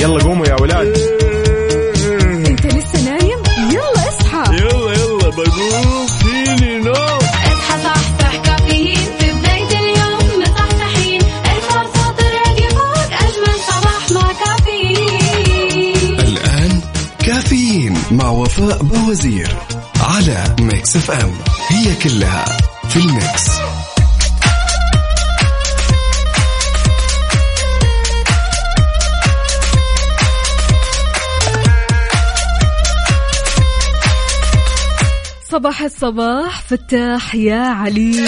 يلا قوموا يا ولاد. انت لسه نايم؟ يلا اصحى. يلا بقوم فيني نوم. اصحى صحصح كافيين في بداية اليوم مصحصحين. الفرصة تراقي فوق أجمل صباح مع كافيين. الآن كافيين مع وفاء بوزير على ميكس اف ام. هي كلها في الميكس. صباح الصباح فتاح يا عليم.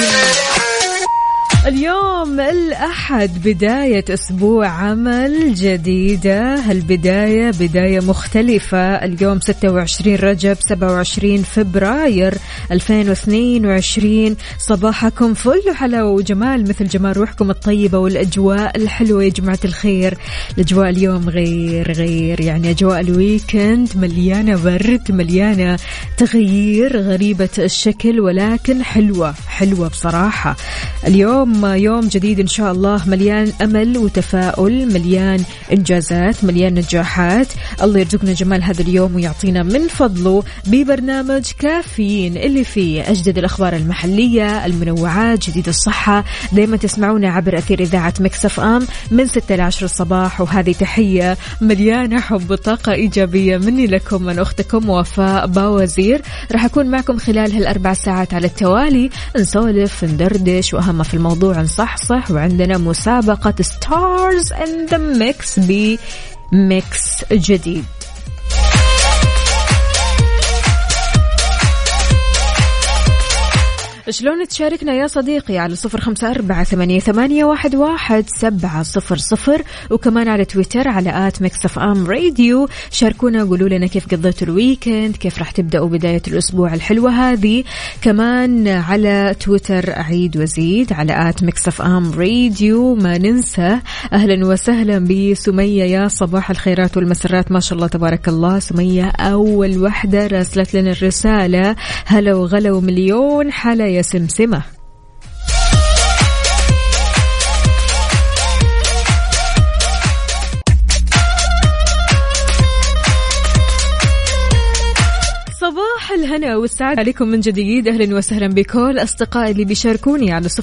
اليوم الأحد بداية أسبوع عمل جديدة. هالبداية بداية مختلفة. اليوم 26 رجب 27 فبراير 2022. صباحكم فل وحلاوة وجمال مثل جمال روحكم الطيبة والأجواء الحلوة يا جماعة الخير. الأجواء اليوم غير يعني أجواء الويكند مليانة برد مليانة تغيير غريبة الشكل ولكن حلوة بصراحة. اليوم يوم جديد إن شاء الله مليان أمل وتفاؤل مليان إنجازات مليان نجاحات. الله يرزقنا جمال هذا اليوم ويعطينا من فضله ببرنامج كافيين اللي فيه أجدد الأخبار المحلية المنوعات جديد الصحة. دايما تسمعونا عبر أثير إذاعة ميكس اف ام من 6 إلى 10 الصباح. وهذه تحية مليانة حب وطاقة إيجابية مني لكم من أختكم وفاء باوزير. راح أكون معكم خلال هالأربع ساعات على التوالي نسولف ندردش وأهم في الموضوع نصحصح. وعندنا مسابقة ستارز ان ذا ميكس بميكس جديد. شلون تشاركنا يا صديقي على 0548811700 وكمان على تويتر على @mixfmradio. شاركونا قولوا لنا كيف قضيتوا الويكند كيف راح تبدأوا بداية الأسبوع الحلوة هذه. كمان على تويتر أعيد وزيد على @mixfmradio. ما ننسى أهلا وسهلا بسمية يا صباح الخيرات والمسرات ما شاء الله تبارك الله. سمية أول وحدة راسلت لنا الرسالة هلا وغلا ومليون حلا يا سمسمة. صباح الهنا والسعادة عليكم من جديد. أهلا وسهلا بكل أصدقائي اللي بيشاركوني على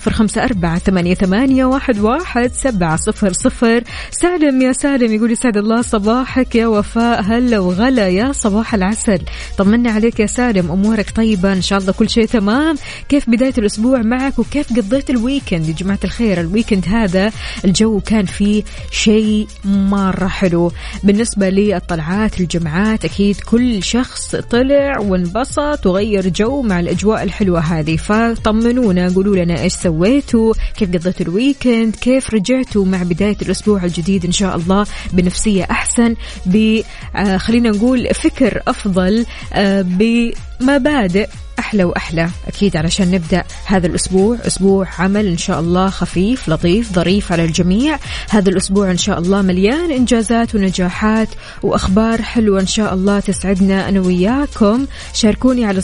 0548811700. سالم يا سالم يقول يسعد الله صباحك يا وفاء. هلا وغلا يا صباح العسل. طمنا عليك يا سالم أمورك طيبة إن شاء الله كل شيء تمام. كيف بداية الأسبوع معك وكيف قضيت الويكند يا جماعة الخير؟ الويكند هذا الجو كان فيه شيء مرة حلو بالنسبة للطلعات الجمعات. أكيد كل شخص طلع وانبسط وغير جو مع الأجواء الحلوة هذه. فطمنونا قولوا لنا إيش سويتوا كيف قضيتوا الويكند كيف رجعتوا مع بداية الأسبوع الجديد إن شاء الله بنفسية أحسن خلينا نقول فكر أفضل بمبادئ أحلى وأحلى أكيد علشان نبدأ هذا الأسبوع أسبوع عمل إن شاء الله خفيف لطيف ظريف على الجميع. هذا الأسبوع إن شاء الله مليان إنجازات ونجاحات وأخبار حلوة إن شاء الله تسعدنا أنا وياكم. شاركوني على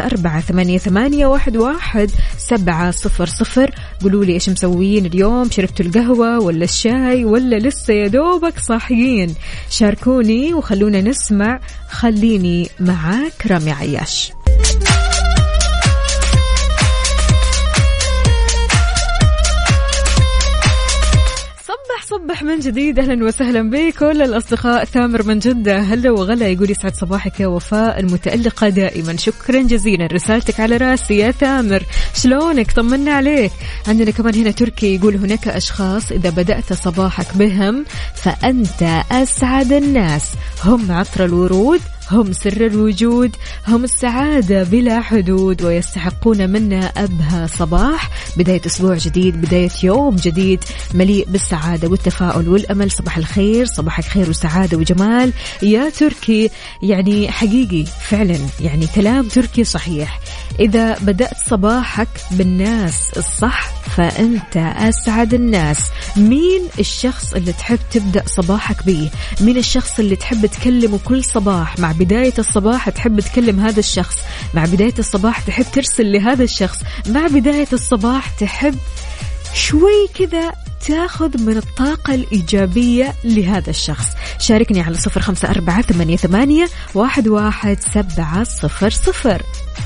0548811700. قولوا لي إيش مسويين اليوم؟ شربتوا القهوة ولا الشاي ولا لسه يا دوبك صاحيين؟ شاركوني وخلونا نسمع. خليني معاك رامي عياش. صبح من جديد. أهلا وسهلا بكل الأصدقاء. ثامر من جدة هلا وغلا يقول يسعد صباحك يا وفاء المتألقة دائما. شكرا جزيلا رسالتك على راسي يا ثامر. شلونك طمنا عليك. عندنا كمان هنا تركي يقول هناك أشخاص إذا بدأت صباحك بهم فأنت أسعد الناس. هم عطر الورود هم سر الوجود هم السعادة بلا حدود ويستحقون منا أبهى صباح. بداية أسبوع جديد بداية يوم جديد مليء بالسعادة والتفاؤل والأمل. صباح الخير صباحك خير وسعادة وجمال يا تركي. يعني حقيقي فعلا يعني كلام تركي صحيح. إذا بدأت صباحك بالناس الصح فأنت أسعد الناس. مين الشخص اللي تحب تبدأ صباحك به؟ مين الشخص اللي تحب تكلمه كل صباح؟ مع بداية الصباح تحب تكلم هذا الشخص. مع بداية الصباح تحب ترسل لهذا الشخص. مع بداية الصباح تحب شوي كذا تاخذ من الطاقة الإيجابية لهذا الشخص؟ شاركني على 0548811700.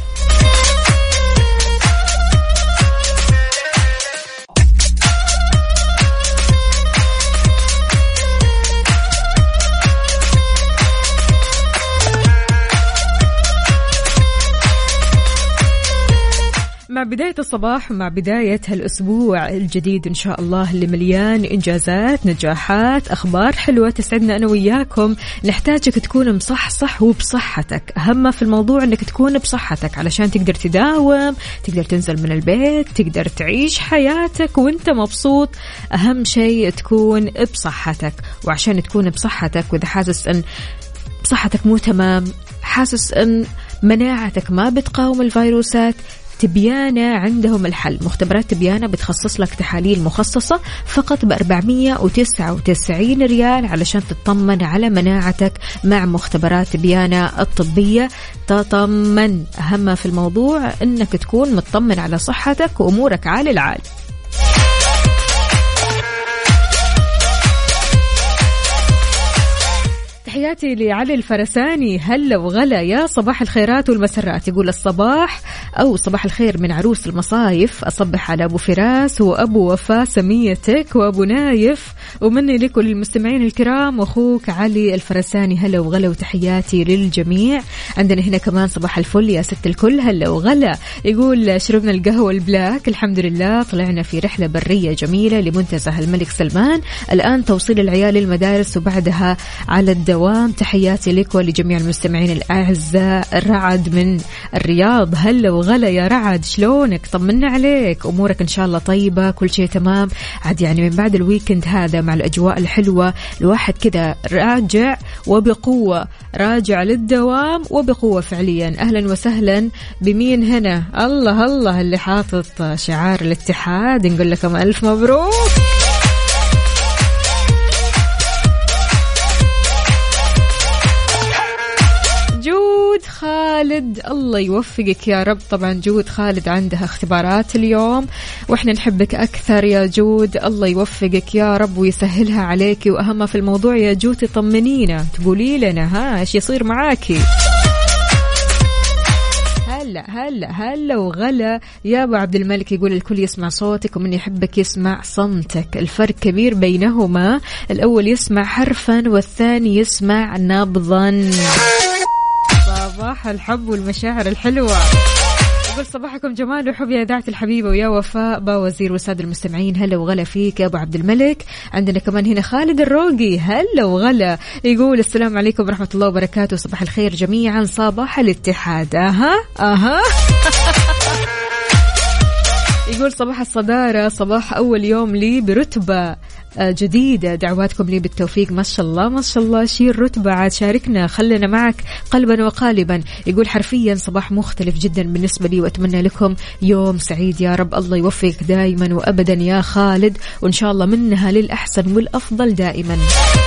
مع بداية الصباح ومع بداية هالأسبوع الجديد إن شاء الله اللي مليان إنجازات، نجاحات، أخبار حلوة تسعدنا أنا وياكم. نحتاجك تكون مصحصح وبصحتك، أهم ما في الموضوع أنك تكون بصحتك علشان تقدر تداوم، تقدر تنزل من البيت، تقدر تعيش حياتك وانت مبسوط. أهم شيء تكون بصحتك، وعشان تكون بصحتك وإذا حاسس أن صحتك مو تمام، حاسس أن مناعتك ما بتقاوم الفيروسات، تبيانة عندهم الحل. مختبرات تبيانة بتخصص لك تحاليل مخصصة فقط ب499 ريال علشان تطمن على مناعتك مع مختبرات تبيانة الطبية. تطمن، أهم في الموضوع أنك تكون مطمن على صحتك وأمورك عال العال. تحياتي لعلي الفرساني، هلا وغلا، يا صباح الخيرات والمسرات. يقول الصباح أو صباح الخير من عروس المصايف، أصبح على أبو فراس وأبو وفاء سميتك وأبو نايف، ومني لكل المستمعين الكرام وأخوك علي الفرساني. هلا وغلا وتحياتي للجميع. عندنا هنا كمان صباح الفل يا ست الكل، هلا وغلا. يقول شربنا القهوة البلاك الحمد لله، طلعنا في رحلة برية جميلة لمنتزه الملك سلمان، الآن توصيل العيال للمدارس وبعدها على الدوام. تحياتي لك ولجميع المستمعين الأعزاء. رعد من الرياض، هلا وغلا يا رعد، شلونك؟ طمنا عليك، أمورك إن شاء الله طيبة، كل شيء تمام. عاد يعني من بعد الويكند هذا مع الأجواء الحلوة الواحد كذا راجع وبقوة، راجع للدوام وبقوة فعليا. أهلا وسهلا بمين هنا؟ الله الله اللي حاطط شعار الاتحاد، نقول لكم ألف مبروك. خالد الله يوفقك يا رب. طبعا جود خالد عندها اختبارات اليوم واحنا نحبك أكثر يا جود، الله يوفقك يا رب ويسهلها عليك. وأهم في الموضوع يا جود تطمنينا، تقولي لنا ها ايش يصير معاكي. هلا هلا هلا وغلا يا ابو عبد الملك. يقول الكل يسمع صوتك ومن يحبك يسمع صمتك، الفرق كبير بينهما، الأول يسمع حرفا والثاني يسمع نبضا. صباح الحب والمشاعر الحلوة. يقول صباحكم جمال وحب يا إذاعة الحبيبة ويا وفاء باوزير والسادة المستمعين، هلا وغلا فيك يا أبو عبد الملك. عندنا كمان هنا خالد الروقي، هلا وغلا. يقول السلام عليكم ورحمة الله وبركاته، صباح الخير جميعا، صباح الاتحاد. أها يقول صباح الصدارة، صباح أول يوم لي برتبة جديدة، دعواتكم لي بالتوفيق. ما شاء الله ما شاء الله، شيل رتبة عاد، شاركنا خلنا معك قلبا وقالبا. يقول حرفيا صباح مختلف جدا بالنسبة لي، وأتمنى لكم يوم سعيد يا رب. الله يوفقك دائما وأبدا يا خالد، وإن شاء الله منها للأحسن والأفضل دائما.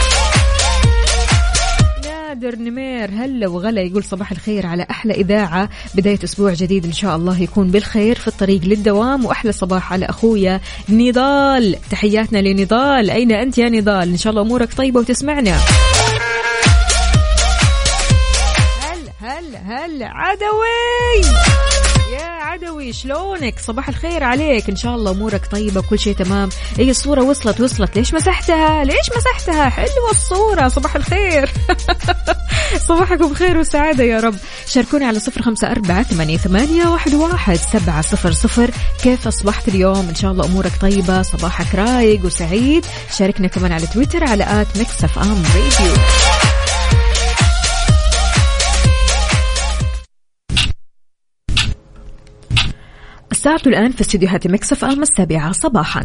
نادر نمير هلا وغلا. يقول صباح الخير على أحلى إذاعة، بداية أسبوع جديد إن شاء الله يكون بالخير في الطريق للدوام، وأحلى صباح على أخويا نضال. تحياتنا لنضال، أين أنت يا نضال؟ إن شاء الله أمورك طيبة وتسمعنا. هلا عدوي يا عدوي، شلونك؟ صباح الخير عليك، إن شاء الله أمورك طيبة وكل شيء تمام. أي الصورة وصلت، ليش مسحتها؟ حلوة الصورة، صباح الخير. صباحكم خير وسعادة يا رب. شاركوني على 0548811700. كيف أصبحت اليوم؟ إن شاء الله أمورك طيبة، صباحك رايق وسعيد. شاركنا كمان على تويتر على @mixfmradio. الساعة الآن في استديوهات ميكس اف ام 7 صباحا.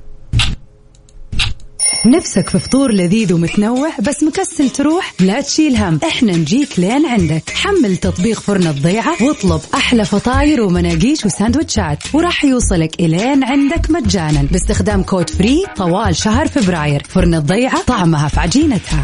نفسك في فطور لذيذ ومتنوع بس مكسل تروح؟ لا تشيل هم، احنا نجيك لين عندك. حمل تطبيق فرن الضيعة واطلب أحلى فطاير ومناقيش وساندوتشات، وراح يوصلك إلين عندك مجانا باستخدام كود فري طوال شهر فبراير. فرن الضيعة، طعمها في عجينتها.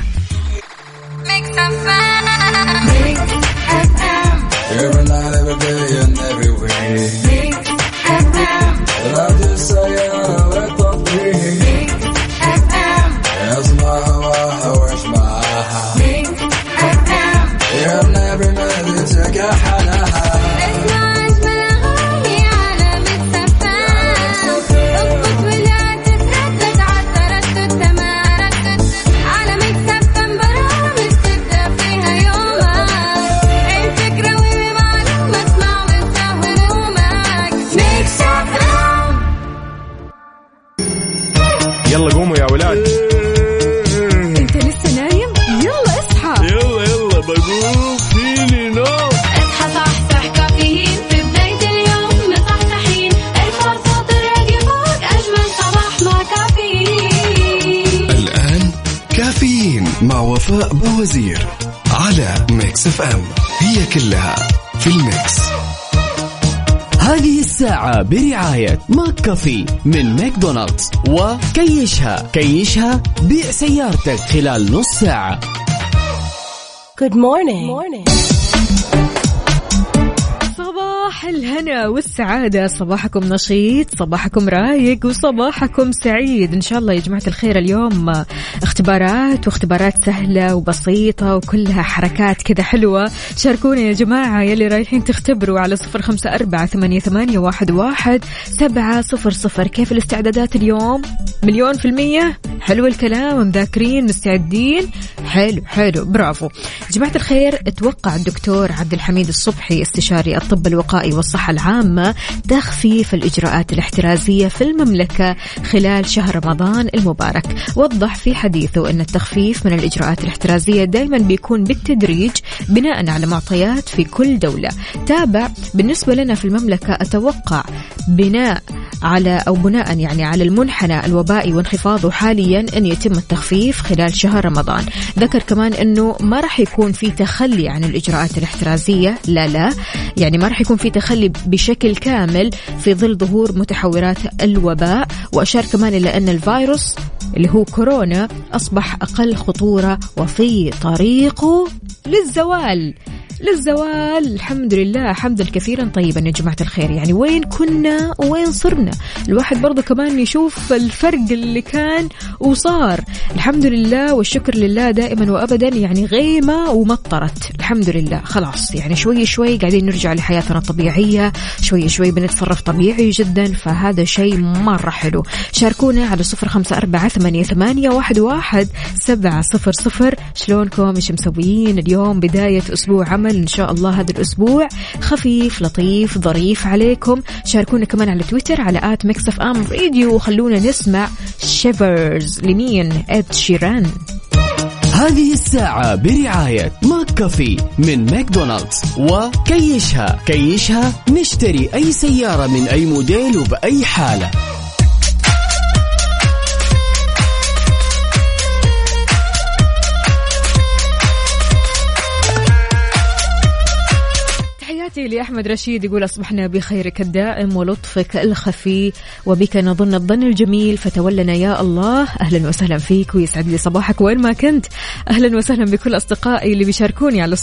كافيين مع وفاء بوزير على ميكس اف ام. هي كلها في الميكس. هذه الساعة برعاية ماك كافي من ماكدونالدز وكيشها بيع سيارتك خلال نص ساعة. Good morning. صباح الهنا والسعادة، صباحكم نشيط، صباحكم رايق وصباحكم سعيد إن شاء الله يا جماعة الخير. اليوم واختبارات سهلة وبسيطة وكلها حركات كذا حلوة. شاركونا يا جماعة يلي رايحين تختبروا على 0548811700. كيف الاستعدادات اليوم؟ 100%. حلو الكلام، مذاكرين مستعدين. حلو برافو جماعة الخير. اتوقع الدكتور عبد الحميد الصبحي استشاري الطب الوقائي والصحة العامة تخفيف الإجراءات الاحترازية في المملكة خلال شهر رمضان المبارك. وضح في حديثه أن التخفيف من الإجراءات الاحترازية دائما بيكون بالتدريج بناء على معطيات في كل دولة. تابع بالنسبة لنا في المملكة أتوقع بناء على المنحنى الوبائي وانخفاضه حاليا أن يتم التخفيف خلال شهر رمضان. ذكر كمان أنه ما راح يكون في تخلي عن الإجراءات الاحترازية، لا يعني ما راح يكون في تخلي بشكل كامل في ظل ظهور متحورات الوباء. وأشار كمان إلى أن الفيروس اللي هو كورونا أصبح أقل خطورة وفي طريقه للزوال. الحمد لله حمدا كثيرا طيبا يا جماعة الخير. يعني وين كنا وين صرنا، الواحد برضو كمان يشوف الفرق اللي كان وصار. الحمد لله والشكر لله دائما وأبدا. يعني غيمة ومطرت الحمد لله، خلاص يعني شوي قاعدين نرجع لحياتنا الطبيعية، شوي بنتصرف طبيعي جدا، فهذا شيء مرة حلو. شاركونا على 0548811700. شلونكم؟ مش مسويين اليوم؟ بداية أسبوع عمل إن شاء الله، هذا الأسبوع خفيف لطيف ظريف عليكم. شاركونا كمان على تويتر على @mixfmradio وخلونا نسمع شيفرز لمين؟ إد شيران. هذه الساعة برعاية ماك كافي من ماكدونالدز وكيشها نشتري أي سيارة من أي موديل وبأي حالة. لأحمد رشيد يقول أصبحنا بخيرك الدائم ولطفك الخفي وبك نظن الظن الجميل فتولنا يا الله. أهلا وسهلا فيك ويسعد لي صباحك وين ما كنت. أهلا وسهلا بكل أصدقائي اللي بيشاركوني على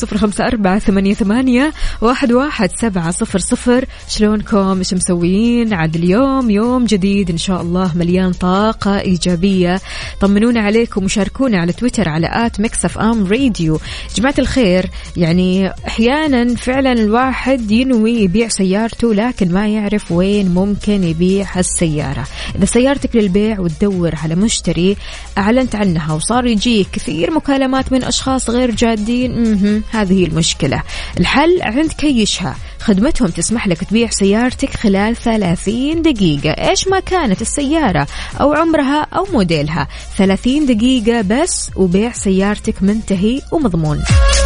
0548811700. شلونكم؟ مش مسويين؟ عاد اليوم يوم جديد إن شاء الله مليان طاقة إيجابية. طمنونا عليكم وشاركونا على تويتر على @mixfmradio. جماعة الخير يعني أحيانا فعلا الواحد ينوي يبيع سيارته لكن ما يعرف وين ممكن يبيع السيارة. إذا سيارتك للبيع وتدور على مشتري أعلنت عنها وصار يجيك كثير مكالمات من أشخاص غير جادين، هذه المشكلة. الحل عند كيشها، خدمتهم تسمح لك تبيع سيارتك خلال 30 دقيقة إيش ما كانت السيارة أو عمرها أو موديلها. 30 دقيقة بس وبيع سيارتك منتهي ومضمون.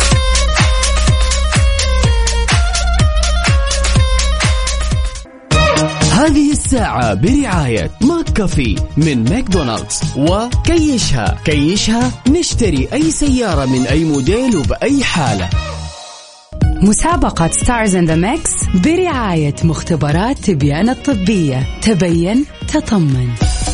هذه الساعة برعاية ماك كافي من ماكدونالدز وكيشها نشتري أي سيارة من أي موديل وبأي حالة. مسابقة ستارز إن ذا ميكس برعاية مختبرات تبيان الطبية. تبين تطمن.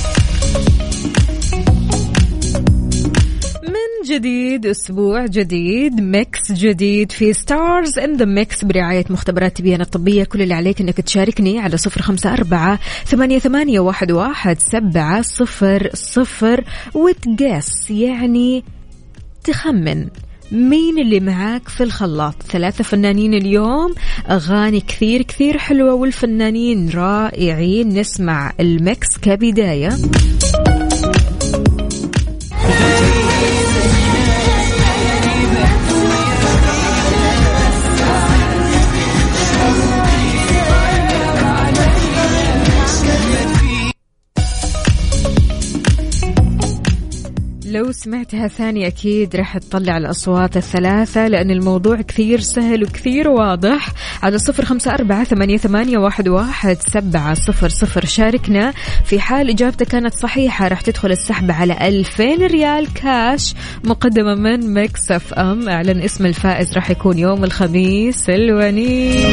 جديد، أسبوع جديد، ميكس جديد في ستارز إن ذا ميكس برعاية مختبرات تبيان الطبية. كل اللي عليك أنك تشاركني على 0548811700 وتقاس يعني تخمن مين اللي معاك في الخلاط. 3 فنانين اليوم، أغاني كثير كثير حلوة والفنانين رائعين. نسمع الميكس كبداية. لو سمعتها ثاني أكيد رح تطلع الأصوات الثلاثة لأن الموضوع كثير سهل وكثير واضح. على 0548811700 شاركنا. في حال إجابتك كانت صحيحة رح تدخل السحب على 2000 ريال كاش مقدمة من ميكس اف ام. اعلن اسم الفائز رح يكون يوم الخميس الونيس.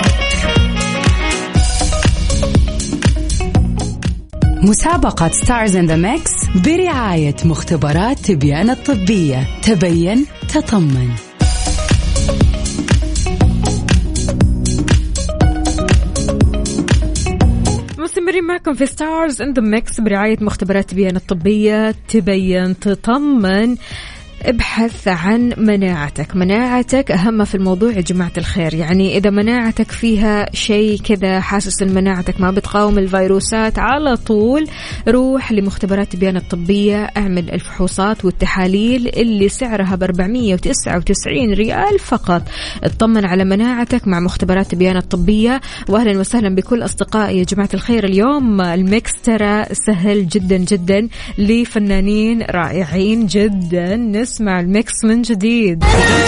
مسابقة ستارز إن ذا ميكس برعاية مختبرات تبيان الطبية. تبين تطمن. مستمرين معكم في ستارز إن ذا ميكس برعاية مختبرات تبيان الطبية. تبين تطمن. ابحث عن مناعتك أهم في الموضوع يا جماعة الخير. يعني إذا مناعتك فيها شيء كذا حاسس إن مناعتك ما بتقاوم الفيروسات على طول روح لمختبرات تبيان الطبية. اعمل الفحوصات والتحاليل اللي سعرها ب499 ريال فقط. اطمن على مناعتك مع مختبرات تبيان الطبية. وأهلا وسهلا بكل أصدقائي يا جماعة الخير. اليوم الميكس ترى سهل جدا جدا لفنانين رائعين جدا. نسمع الميكس من جديد.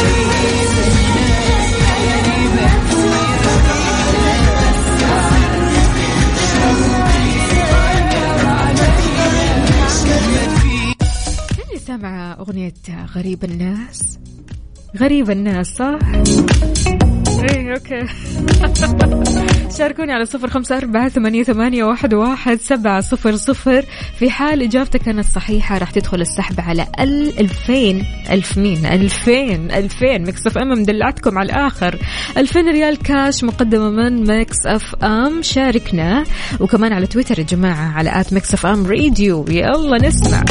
كني سامعة أغنية غريب الناس صح؟ ايه اوكي. شاركوني على 0548811700. في حال إجابتك كانت صحيحة راح تدخل السحب على 2000 ميكس اف ام مدلعتكم على الآخر. 2000 ريال كاش مقدمة من ميكس اف ام. شاركنا وكمان على تويتر يا جماعة على @ميكس اف ام راديو. يلا نسمع.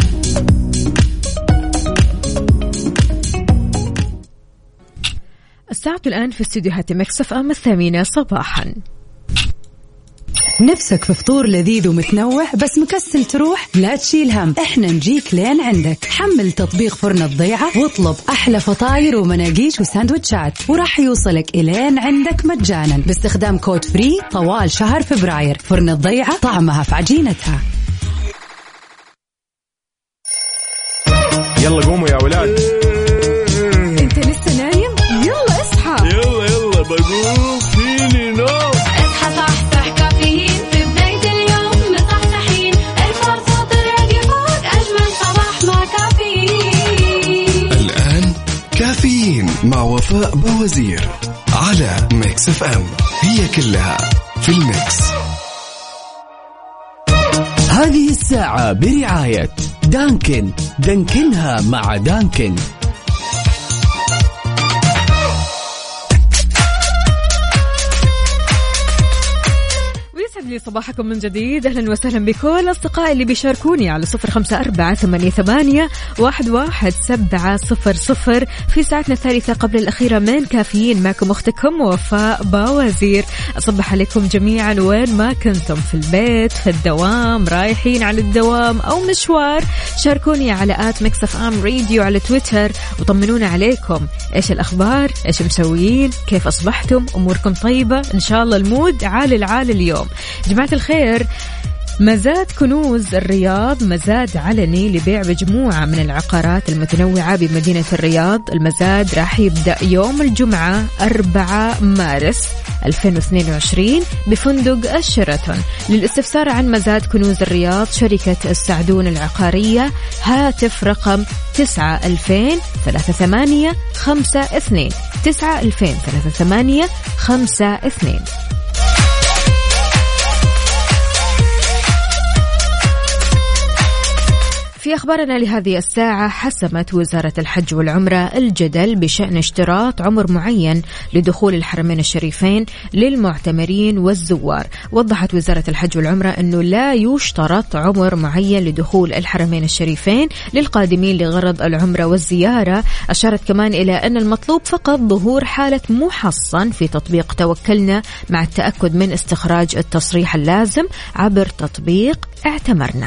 الساعة الآن في استديوهات ميكس اف ام 8 صباحا. نفسك في فطور لذيذ ومتنوع بس مكسل تروح؟ لا تشيل هم، احنا نجيك لين عندك. حمل تطبيق فرن الضيعة واطلب أحلى فطاير ومناقيش وساندويتشات وراح يوصلك إلين عندك مجانا باستخدام كود فري طوال شهر فبراير. فرن الضيعة طعمها في عجينتها. يلا قوموا يا ولاد. انت لسه نايم؟ يلا اصحى. يلا بقوم فيني نوم. اصحى صحصح كافيين في بداية اليوم مصحصحين. الفرصة تراقي فوق أجمل صباح مع كافيين. الآن كافيين مع وفاء بوزير على ميكس اف ام. هي كلها في الميكس. هذه الساعة برعاية دانكن. دانكنها مع دانكن. لي صباحكم من جديد. أهلا وسهلا بكل أصدقائي اللي بيشاركوني على 0548811700 في ساعتنا الثالثة قبل الأخيرة من كافيين. معكم أختكم وفاء باوزير. أصبح عليكم جميعا وين ما كنتم، في البيت، في الدوام، رايحين على الدوام أو مشوار. شاركوني على @ميكسفام راديو على تويتر وطمنونا عليكم. إيش الأخبار؟ إيش مسويين؟ كيف أصبحتم؟ أموركم طيبة؟ إن شاء الله المود عال اليوم. جماعة الخير، مزاد كنوز الرياض مزاد علني لبيع مجموعة من العقارات المتنوعة بمدينة الرياض. المزاد راح يبدأ يوم الجمعة 4 مارس 2022 بفندق الشيراتون. للاستفسار عن مزاد كنوز الرياض شركة السعدون العقارية هاتف رقم 90003852 90003852. في أخبارنا لهذه الساعة، حسمت وزارة الحج والعمرة الجدل بشأن اشتراط عمر معين لدخول الحرمين الشريفين للمعتمرين والزوار. وضحت وزارة الحج والعمرة أنه لا يشترط عمر معين لدخول الحرمين الشريفين للقادمين لغرض العمرة والزيارة. أشارت كمان إلى أن المطلوب فقط ظهور حالة محصن في تطبيق توكلنا مع التأكد من استخراج التصريح اللازم عبر تطبيق اعتمرنا.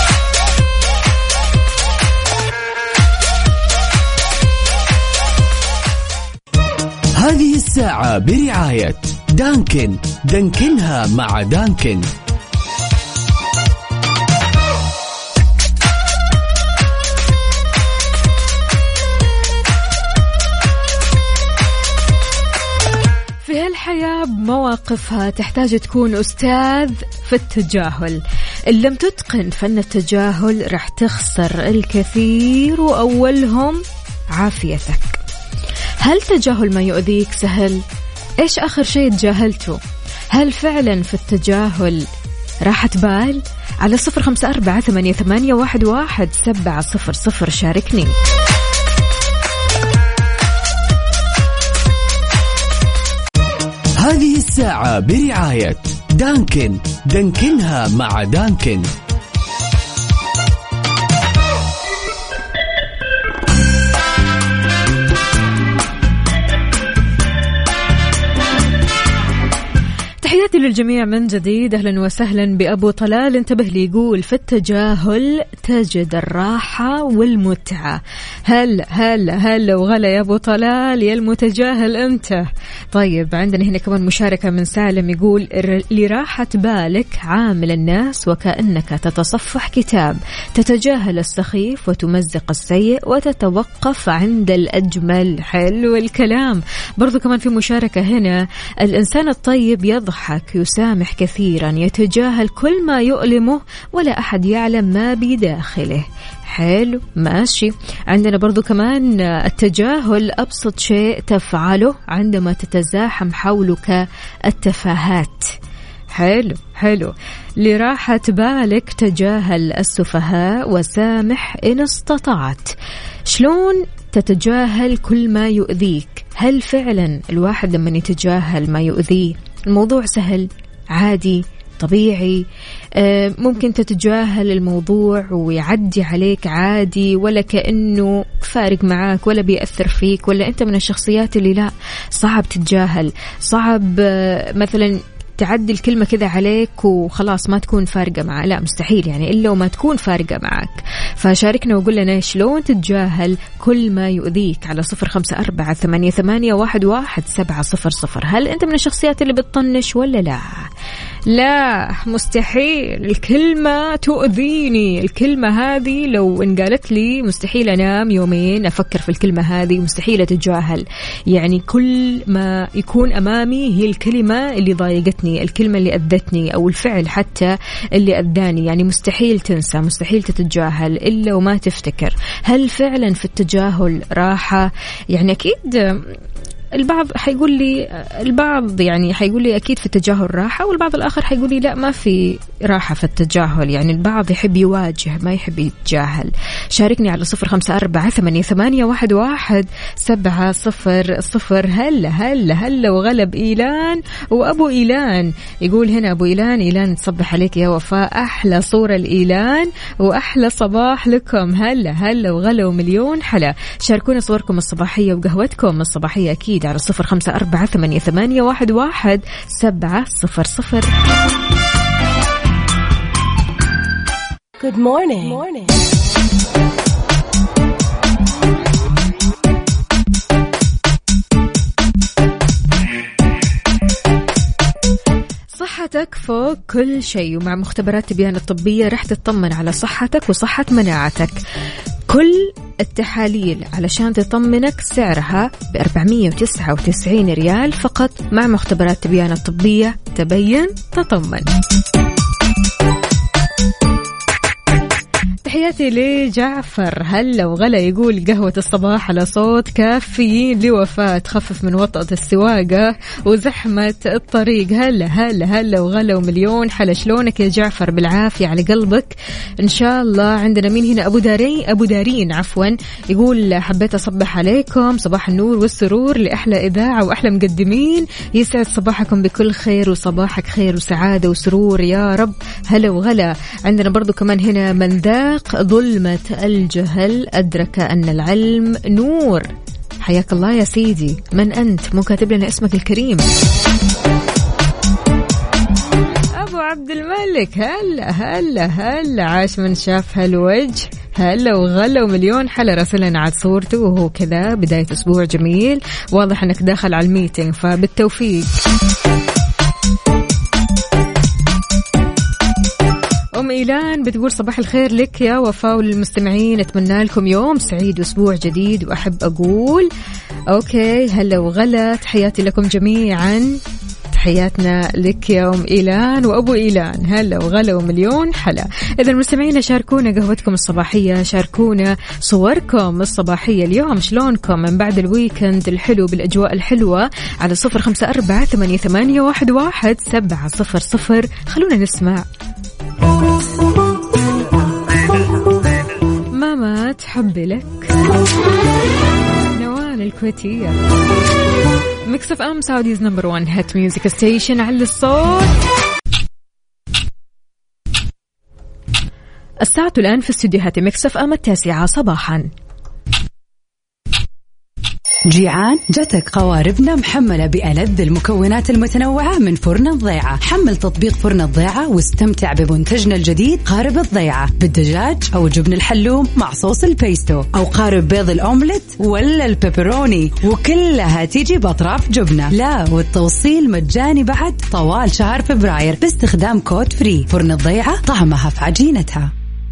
هذه الساعة برعاية دانكن. دانكنها مع دانكن. مواقفها تحتاج تكون أستاذ في التجاهل. إن لم تتقن فن التجاهل راح تخسر الكثير وأولهم عافيتك. هل تجاهل ما يؤذيك سهل؟ إيش آخر شيء تجاهلته؟ هل فعلا في التجاهل راحة بال؟ على 0548811700 شاركني. هذه الساعة برعاية دانكن، دانكنها مع دانكن. تحياتي للجميع من جديد، أهلا وسهلا بأبو طلال. انتبه لي، يقول في التجاهل تجد الراحة والمتعة. هلا وغلا يا أبو طلال يا المتجاهل أنت. طيب عندنا هنا كمان مشاركة من سالم، يقول لراحة بالك عامل الناس وكأنك تتصفح كتاب، تتجاهل السخيف وتمزق السيء وتتوقف عند الأجمل. حلو الكلام. برضو كمان في مشاركة هنا، الإنسان الطيب يضحك يسامح كثيرا يتجاهل كل ما يؤلمه ولا أحد يعلم ما بداخله. حلو ماشي. عندنا برضو كمان التجاهل أبسط شيء تفعله عندما تتزاحم حولك التفاهات. حلو. لراحة بالك تجاهل السفهاء وسامح إن استطعت. شلون تتجاهل كل ما يؤذيك؟ هل فعلا الواحد لما يتجاهل ما يؤذيه الموضوع سهل عادي طبيعي؟ ممكن تتجاهل الموضوع ويعدي عليك عادي ولا كأنه فارق معاك ولا بيأثر فيك؟ ولا أنت من الشخصيات اللي لا، صعب تتجاهل، صعب مثلا تعدي الكلمة كذا عليك وخلاص ما تكون فارقة معك؟ لا مستحيل يعني إلا وما تكون فارقة معك. فشاركنا وقول لنا شلون تتجاهل كل ما يؤذيك على 0548811700. هل أنت من الشخصيات اللي بتطنش ولا لا؟ لا مستحيل، الكلمة تؤذيني، الكلمة هذه لو انقالت لي مستحيل أنام يومين أفكر في الكلمة هذه، مستحيل أتجاهل. يعني كل ما يكون أمامي هي الكلمة اللي ضايقتني، الكلمة اللي أذتني أو الفعل حتى اللي أذاني، يعني مستحيل تنسى، مستحيل تتجاهل إلا وما تفتكر. هل فعلا في التجاهل راحة؟ يعني أكيد البعض حيقول لي، البعض يعني حيقول لي أكيد في التجاهل راحة، والبعض الآخر حيقول لي لا ما في راحة في التجاهل. يعني البعض يحب يواجه ما يحب يتجاهل. شاركني على 0548811700. هلا وغلب إيلان وأبو إيلان. يقول هنا أبو إيلان تصبح عليك يا وفاء، أحلى صورة الإيلان وأحلى صباح لكم. هلا وغلا ومليون حلا. شاركونا صوركم الصباحية وقهوتكم الصباحية أكيد على 0548811700. Good morning. صحتك فوق كل شيء، ومع مختبرات تبيان الطبية رح تطمن على صحتك وصحة مناعتك. كل التحاليل علشان تطمنك سعرها ب499 ريال فقط. مع مختبرات تبيان الطبية تبين تطمن. تحياتي لجعفر، هلا وغلا. يقول قهوة الصباح على صوت كافيين لوفاة، تخفف من وطأة السواقة وزحمة الطريق. هلا وغلا ومليون حلا. شلونك يا جعفر؟ بالعافية على قلبك إن شاء الله. عندنا مين هنا؟ أبو دارين عفوا. يقول حبيت أصبح عليكم، صباح النور والسرور لأحلى إذاعة وأحلى مقدمين، يسعد صباحكم بكل خير وصباحك خير وسعادة وسرور يا رب. هلا وغلا. عندنا برضو كمان هنا من ذاق ظلمة الجهل أدرك أن العلم نور. حياك الله يا سيدي. من أنت؟ مو كاتب لنا اسمك الكريم. أبو عبد الملك، هلا عاش من شاف هالوجه. هلا وغلا ومليون حلا. راسلنا عاد صورته وهو كذا بداية أسبوع جميل، واضح أنك داخل على الميتينج فبالتوفيق. أم إيلان بتقول صباح الخير لك يا وفاء وللمستمعين، أتمنى لكم يوم سعيد وأسبوع جديد. وأحب أقول أوكي هلا وغلا، تحياتي لكم جميعا، تحياتنا لك يا أم إيلان وأبو إيلان، هلا وغلا ومليون حلا. إذا مستمعينا شاركونا قهوتكم الصباحية، شاركونا صوركم الصباحية اليوم، شلونكم من بعد الويكند الحلو بالأجواء الحلوة على 0548811700. خلونا نسمع ماما تحبي لك نوال الكويتية. ميكس اف ام سعوديز نمبر 1 هات ميوزك ستيشن. على الصوت. الساعة الآن في استديوهات ميكس اف ام 9 صباحا. جيعان؟ جتك قواربنا محملة بألذ المكونات المتنوعة من فرن الضيعة. حمل تطبيق فرن الضيعة واستمتع بمنتجنا الجديد قارب الضيعة بالدجاج أو جبن الحلوم مع صوص البيستو، أو قارب بيض الأومليت ولا البيبروني، وكلها تيجي بأطراف جبنة. لا، والتوصيل مجاني بعد طوال شهر فبراير باستخدام كود فري. فرن الضيعة طعمها في عجينتها.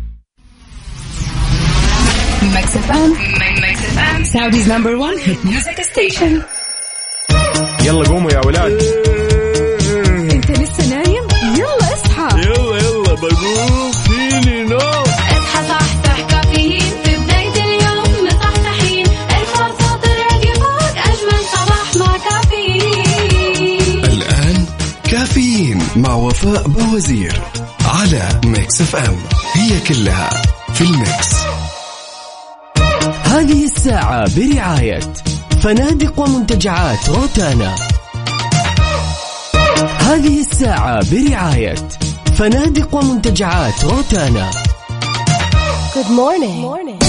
Mix FM, Saudi's number 1 hit music station. يلا قوموا يا ولاد. انت لسه نايم؟ يلا اصحى. يلا بقوم فيني نوم. اصحى صحصح كافيين في بداية اليوم مصحصحين، الفرصة تراقي فوق أجمل صباح مع كافيين. الآن كافيين مع وفاء بوزير على ميكس اف ام، هي كلها في الميكس. هذه الساعة برعاية فنادق ومنتجعات روتانا. هذه الساعة برعاية فنادق ومنتجعات روتانا. Good morning.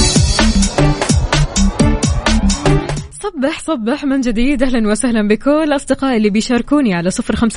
صبح من جديد. أهلا وسهلا بكل أصدقائي اللي بيشاركوني على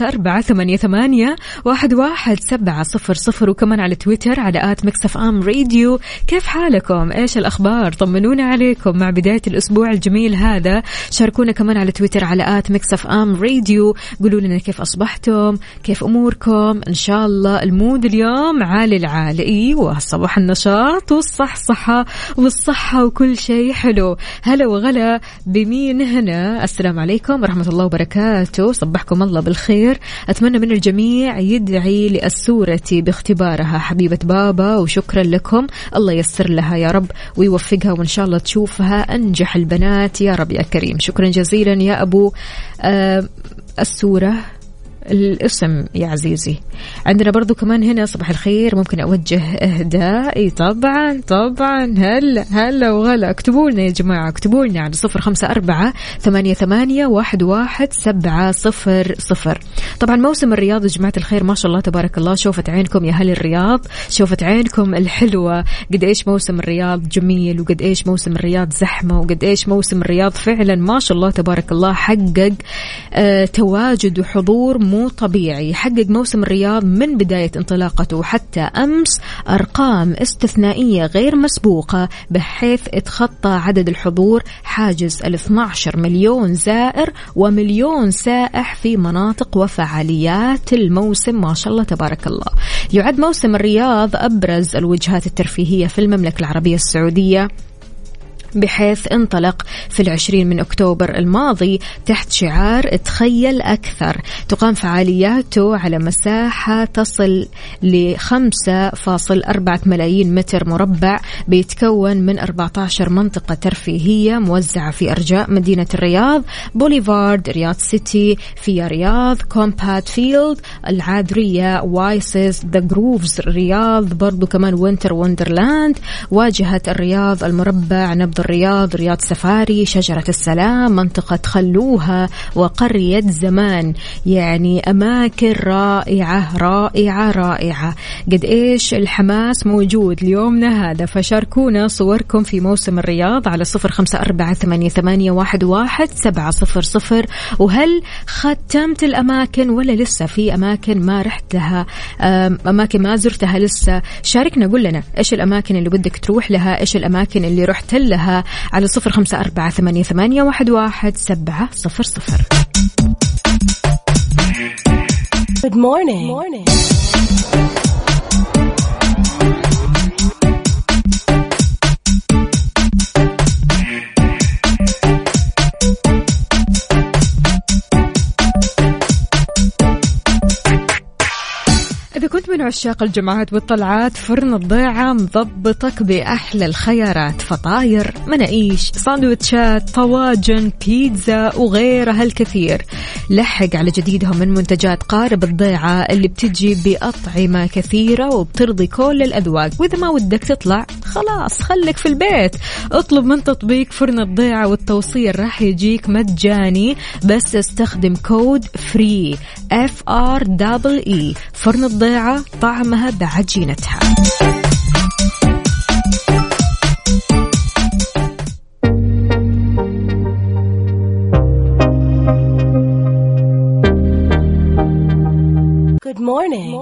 0548811700 وكمان على تويتر على @mixfamradio. كيف حالكم؟ إيش الأخبار؟ طمنونا عليكم مع بداية الأسبوع الجميل هذا. شاركونا كمان على تويتر على @mixfamradio. قولوا لنا كيف أصبحتم، كيف أموركم. إن شاء الله المود اليوم عالي العالي. إيوه، صباح النشاط والصحصحة والصحة وكل شيء حلو. هلا وغلا بمين هنا؟ السلام عليكم ورحمة الله وبركاته. صبحكم الله بالخير. أتمنى من الجميع يدعي لأسورتي باختبارها حبيبة بابا، وشكرا لكم. الله يسر لها يا رب ويوفقها، وإن شاء الله تشوفها أنجح البنات يا رب يا كريم. شكرا جزيلا يا أبو السورة الاسم يا عزيزي. عندنا برضو كمان هنا صباح الخير، ممكن أوجه إهداء؟ طبعا هلا وغلا. اكتبوا لنا يا جماعة، اكتبوا لنا على 0548811700. طبعا موسم الرياض يا جماعة الخير ما شاء الله تبارك الله. شوفت عينكم يا أهل الرياض، شوفت عينكم الحلوة قد إيش موسم الرياض جميل، وقد إيش موسم الرياض زحمة، وقد إيش موسم الرياض فعلا ما شاء الله تبارك الله حقق تواجد وحضور مو طبيعي. حقق موسم الرياض من بداية انطلاقته حتى أمس أرقام استثنائية غير مسبوقة، بحيث اتخطى عدد الحضور حاجز 12 مليون زائر ومليون سائح في مناطق وفعاليات الموسم ما شاء الله تبارك الله. يعد موسم الرياض أبرز الوجهات الترفيهية في المملكة العربية السعودية، بحيث انطلق في 20 من أكتوبر الماضي تحت شعار تخيل أكثر. تقام فعالياته على مساحة تصل ل 5.4 ملايين متر مربع، بيتكون من 14 منطقة ترفيهية موزعة في أرجاء مدينة الرياض: بوليفارد، رياض سيتي، فيا رياض، كومبات فيلد، العادرية، وايسس، ذا جروفز رياض، برضو كمان وينتر وندرلاند، واجهة الرياض، المربع، نبض الرياض، رياض سفاري، شجرة السلام، منطقة خلوها، وقرية زمان. يعني أماكن رائعة رائعة رائعة. قد إيش الحماس موجود ليومنا هذا. فشاركونا صوركم في موسم الرياض على 0548811700. وهل ختمت الأماكن ولا لسه في أماكن ما رحت لها، أماكن ما زرتها لسه؟ شاركنا، قول لنا إيش الأماكن اللي بدك تروح لها، إيش الأماكن اللي رحت لها على 0548811700. Good morning. من عشاق الجمعات والطلعات، فرن الضيعة مضبطك بأحلى الخيارات، فطاير، مناقيش، ساندويتشات، طواجن، بيتزا وغيرها الكثير. لحق على جديدهم من منتجات قارب الضيعة اللي بتجي بأطعمة كثيرة وبترضي كل الأذواق. وإذا ما ودك تطلع خلاص خليك في البيت، اطلب من تطبيق فرن الضيعة والتوصيل راح يجيك مجاني، بس استخدم كود فري FREE. فرن الضيعة طعمها بعجينتها. Good morning.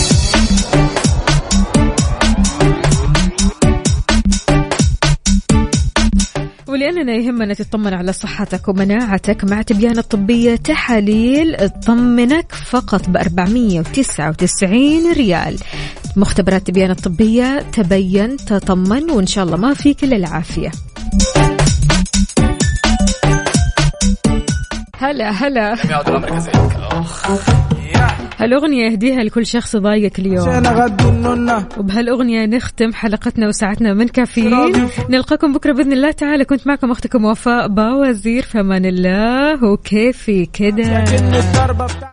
ولأننا يهمنا تطمن على صحتك ومناعتك، مع تبيان الطبية تحاليل تطمنك فقط ب499 ريال. مختبرات تبيان الطبية، تبين تطمن وإن شاء الله ما فيك إلا العافية. هلا هالأغنية يهديها لكل شخص ضايقك اليوم، وبهالأغنية نختم حلقتنا وساعتنا من كافيين. نلقاكم بكرة بإذن الله تعالى. كنت معكم أختكم وفاء باوزير، في أمان الله وكيفي كده.